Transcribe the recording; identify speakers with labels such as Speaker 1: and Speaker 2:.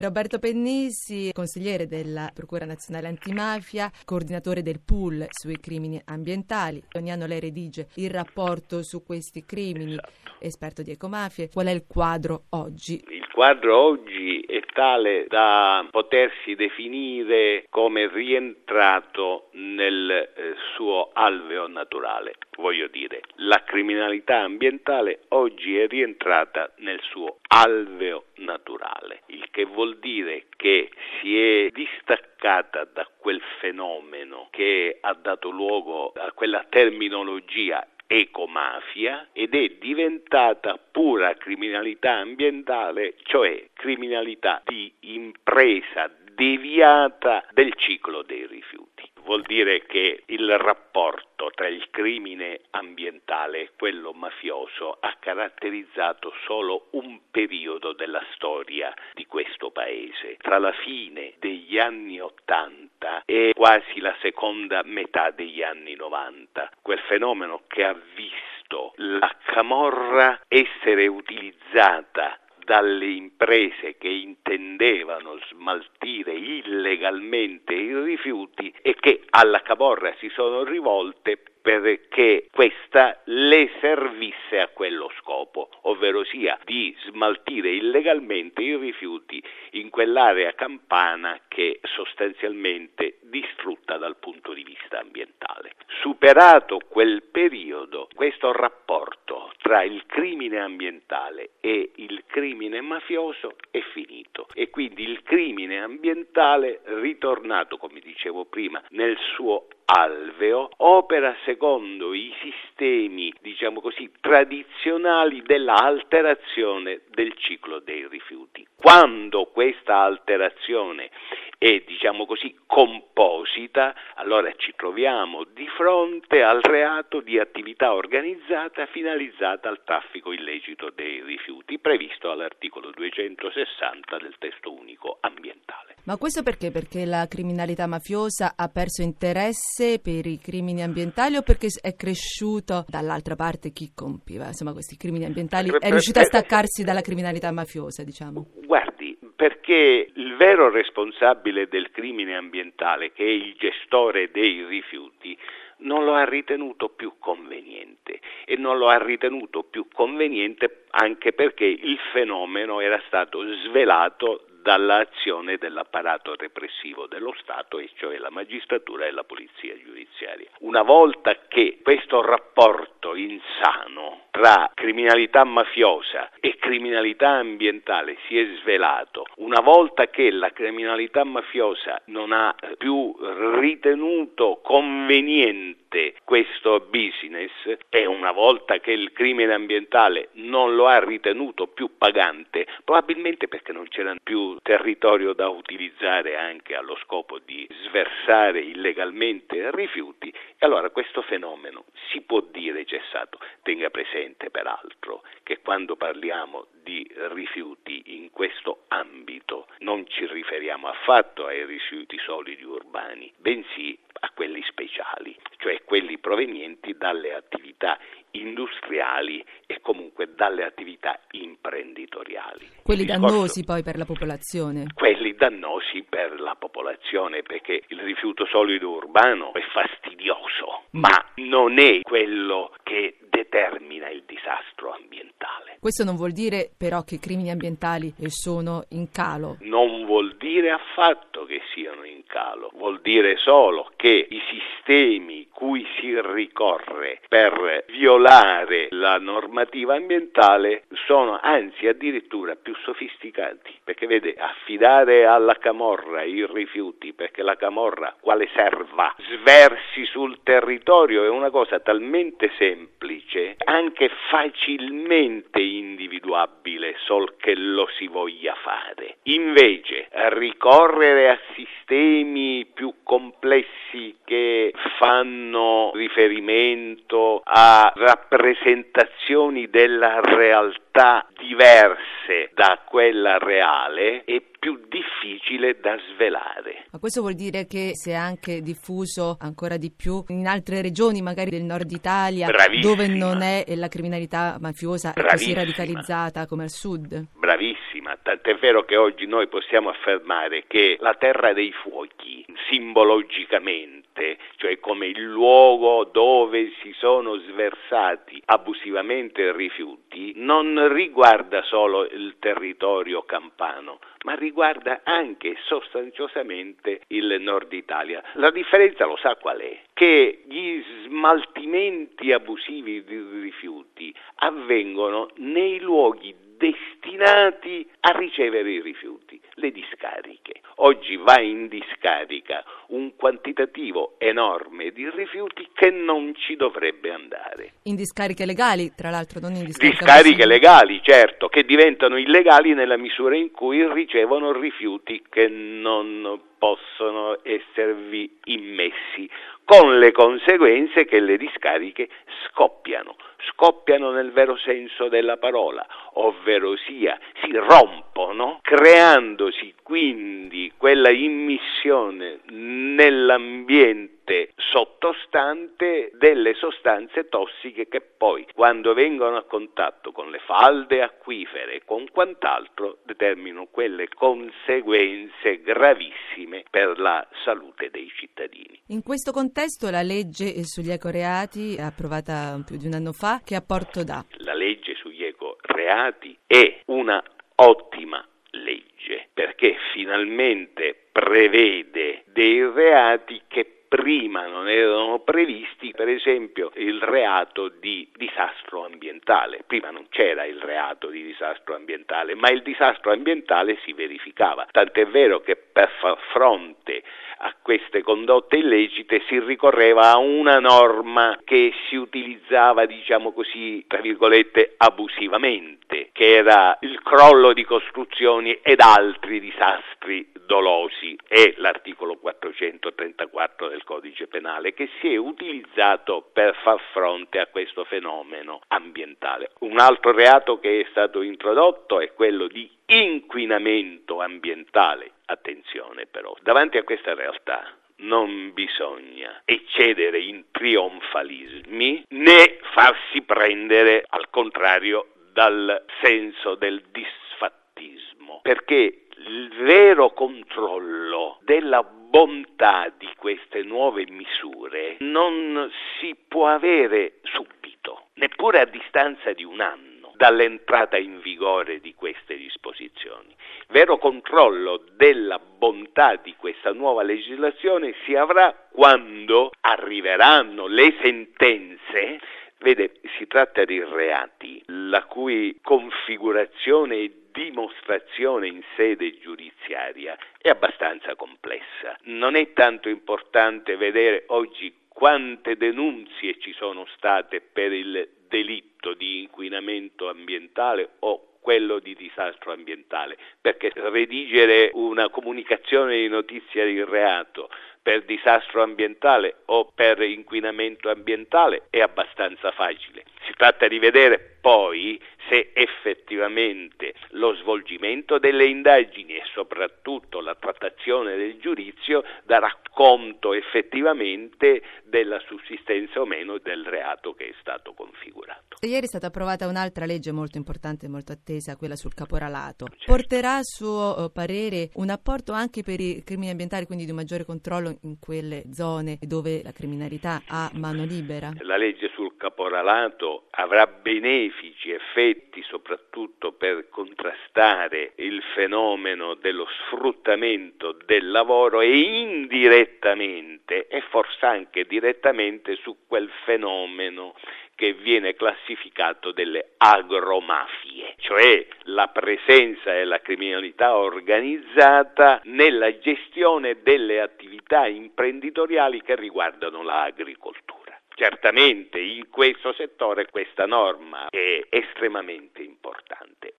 Speaker 1: Roberto Pennisi, consigliere della Procura Nazionale Antimafia, coordinatore del pool sui crimini ambientali. Ogni anno lei redige il rapporto su questi crimini, esperto di ecomafie. Qual è il quadro oggi?
Speaker 2: Il quadro oggi è tale da potersi definire come rientrato nel suo alveo naturale. Voglio dire, la criminalità ambientale oggi è rientrata nel suo alveo naturale, il che vuol dire che si è distaccata da quel fenomeno che ha dato luogo a quella terminologia ecomafia ed è diventata pura criminalità ambientale, cioè criminalità di impresa deviata del ciclo dei rifiuti. Vuol dire che il rapporto tra il crimine ambientale e quello mafioso ha caratterizzato solo un periodo della storia di questo paese, tra la fine degli anni '80 e quasi la seconda metà degli anni '90, quel fenomeno che ha visto la camorra essere utilizzata dalle imprese che intendevano smaltire illegalmente i rifiuti e che alla camorra si sono rivolte perché questa le servisse a quello scopo, ovvero sia di smaltire illegalmente i rifiuti in quell'area campana che è sostanzialmente distrutta dal punto di vista ambientale. Superato quel periodo, questo rapporto tra il crimine ambientale e il crimine mafioso è finito e quindi il crimine ambientale, ritornato, come dicevo prima, nel suo alveo, opera secondo i sistemi, diciamo così, tradizionali della alterazione del ciclo dei rifiuti. Quando questa alterazione è, diciamo così, composita, allora ci troviamo di fronte al reato di attività organizzata finalizzata al traffico illecito dei rifiuti, previsto all'articolo 260 del testo unico ambientale.
Speaker 1: Ma questo perché? Perché la criminalità mafiosa ha perso interesse per i crimini ambientali o perché è cresciuto dall'altra parte chi compiva, insomma, questi crimini ambientali, è riuscito a staccarsi dalla criminalità mafiosa, diciamo?
Speaker 2: Guardi, perché il vero responsabile del crimine ambientale, che è il gestore dei rifiuti, non lo ha ritenuto più conveniente e non lo ha ritenuto più conveniente anche perché il fenomeno era stato svelato dall'azione dell'apparato repressivo dello Stato, e cioè la magistratura e la polizia giudiziaria. Una volta che questo rapporto insano tra criminalità mafiosa e criminalità ambientale si è svelato, una volta che la criminalità mafiosa non ha più ritenuto conveniente questo business e una volta che il crimine ambientale non lo ha ritenuto più pagante, probabilmente perché non c'era più territorio da utilizzare anche allo scopo di sversare illegalmente rifiuti, e allora questo fenomeno si può dire cessato. Tenga presente peraltro che quando parliamo di rifiuti in questo ambito non ci riferiamo affatto ai rifiuti solidi urbani, bensì a quelli speciali, cioè quelli provenienti dalle attività industriali e comunque dalle attività imprenditoriali.
Speaker 1: Quelli dannosi poi per la popolazione?
Speaker 2: Quelli dannosi per la popolazione, perché il rifiuto solido urbano è fastidioso, ma non è quello che determina il disastro ambientale.
Speaker 1: Questo non vuol dire però che i crimini ambientali sono in calo?
Speaker 2: Non vuol dire affatto che siano in calo, vuol dire solo che i sistemi cui si ricorre per violare la normativa ambientale sono anzi addirittura più sofisticati, perché vede, affidare alla camorra i rifiuti perché la camorra quale serva sversi sul territorio è una cosa talmente semplice, anche facilmente individuabile, sol che lo si voglia fare. Invece ricorrere a sistemi più complessi che fanno riferimento a rappresentazioni della realtà diverse da quella reale è più difficile da svelare.
Speaker 1: Ma questo vuol dire che si è anche diffuso ancora di più in altre regioni, magari del nord Italia, dove non è la criminalità mafiosa così radicalizzata come al sud?
Speaker 2: Bravissima. prima, tant'è vero che oggi noi possiamo affermare che la terra dei fuochi, simbologicamente, cioè come il luogo dove si sono sversati abusivamente rifiuti, non riguarda solo il territorio campano, ma riguarda anche sostanziosamente il nord Italia. La differenza lo sa qual è? Che gli smaltimenti abusivi di rifiuti avvengono nei luoghi destinati a ricevere i rifiuti, le discariche. Oggi va in discarica un quantitativo enorme di rifiuti che non ci dovrebbe andare.
Speaker 1: In discariche legali, tra l'altro, non in discariche
Speaker 2: discariche legali, certo, che diventano illegali nella misura in cui ricevono rifiuti che non possono esservi immessi, con le conseguenze che le discariche scoppiano nel vero senso della parola, ovvero sia si rompono, creandosi quindi quella immissione nell'ambiente sottostante delle sostanze tossiche che poi, quando vengono a contatto con le falde acquifere e con quant'altro, determinano quelle conseguenze gravissime per la salute dei cittadini.
Speaker 1: In questo contesto la legge sugli ecoreati, approvata più di un anno fa, che apporto dà?
Speaker 2: La legge sugli ecoreati è una ottima legge, perché finalmente prevede dei reati che prima non erano previsti, per esempio il reato di disastro ambientale. Prima non c'era il reato di disastro ambientale, ma il disastro ambientale si verificava. Tant'è vero che per far fronte a queste condotte illecite si ricorreva a una norma che si utilizzava, diciamo così, tra virgolette, abusivamente, che era il crollo di costruzioni ed altri disastri dolosi, è l'articolo 434 del Codice Penale, che si è utilizzato per far fronte a questo fenomeno ambientale. Un altro reato che è stato introdotto è quello di inquinamento ambientale. Attenzione però, davanti a questa realtà non bisogna eccedere in trionfalismi né farsi prendere, al contrario, dal senso del disfattismo, perché il vero controllo della bontà di queste nuove misure non si può avere subito, neppure a distanza di un anno dall'entrata in vigore di queste disposizioni. Il vero controllo della bontà di questa nuova legislazione si avrà quando arriveranno le sentenze. Vede, si tratta di reati la cui configurazione e dimostrazione in sede giudiziaria è abbastanza complessa. Non è tanto importante vedere oggi quante denunzie ci sono state per il delitto di inquinamento ambientale o quello di disastro ambientale, perché redigere una comunicazione di notizia di reato per disastro ambientale o per inquinamento ambientale è abbastanza facile. Si tratta di vedere poi se effettivamente lo svolgimento delle indagini e soprattutto la trattazione del giudizio darà conto effettivamente della sussistenza o meno del reato che è stato configurato.
Speaker 1: Ieri è stata approvata un'altra legge molto importante e molto attesa, quella sul caporalato. Certo. Porterà a suo parere un apporto anche per i crimini ambientali, quindi di un maggiore controllo in quelle zone dove la criminalità ha mano libera?
Speaker 2: La legge sul caporalato avrà benefici effetti soprattutto per contrastare il fenomeno dello sfruttamento del lavoro e indirettamente e forse anche direttamente su quel fenomeno che viene classificato delle agromafie, cioè la presenza della criminalità organizzata nella gestione delle attività imprenditoriali che riguardano l'agricoltura. Certamente in questo settore questa norma è estremamente importante.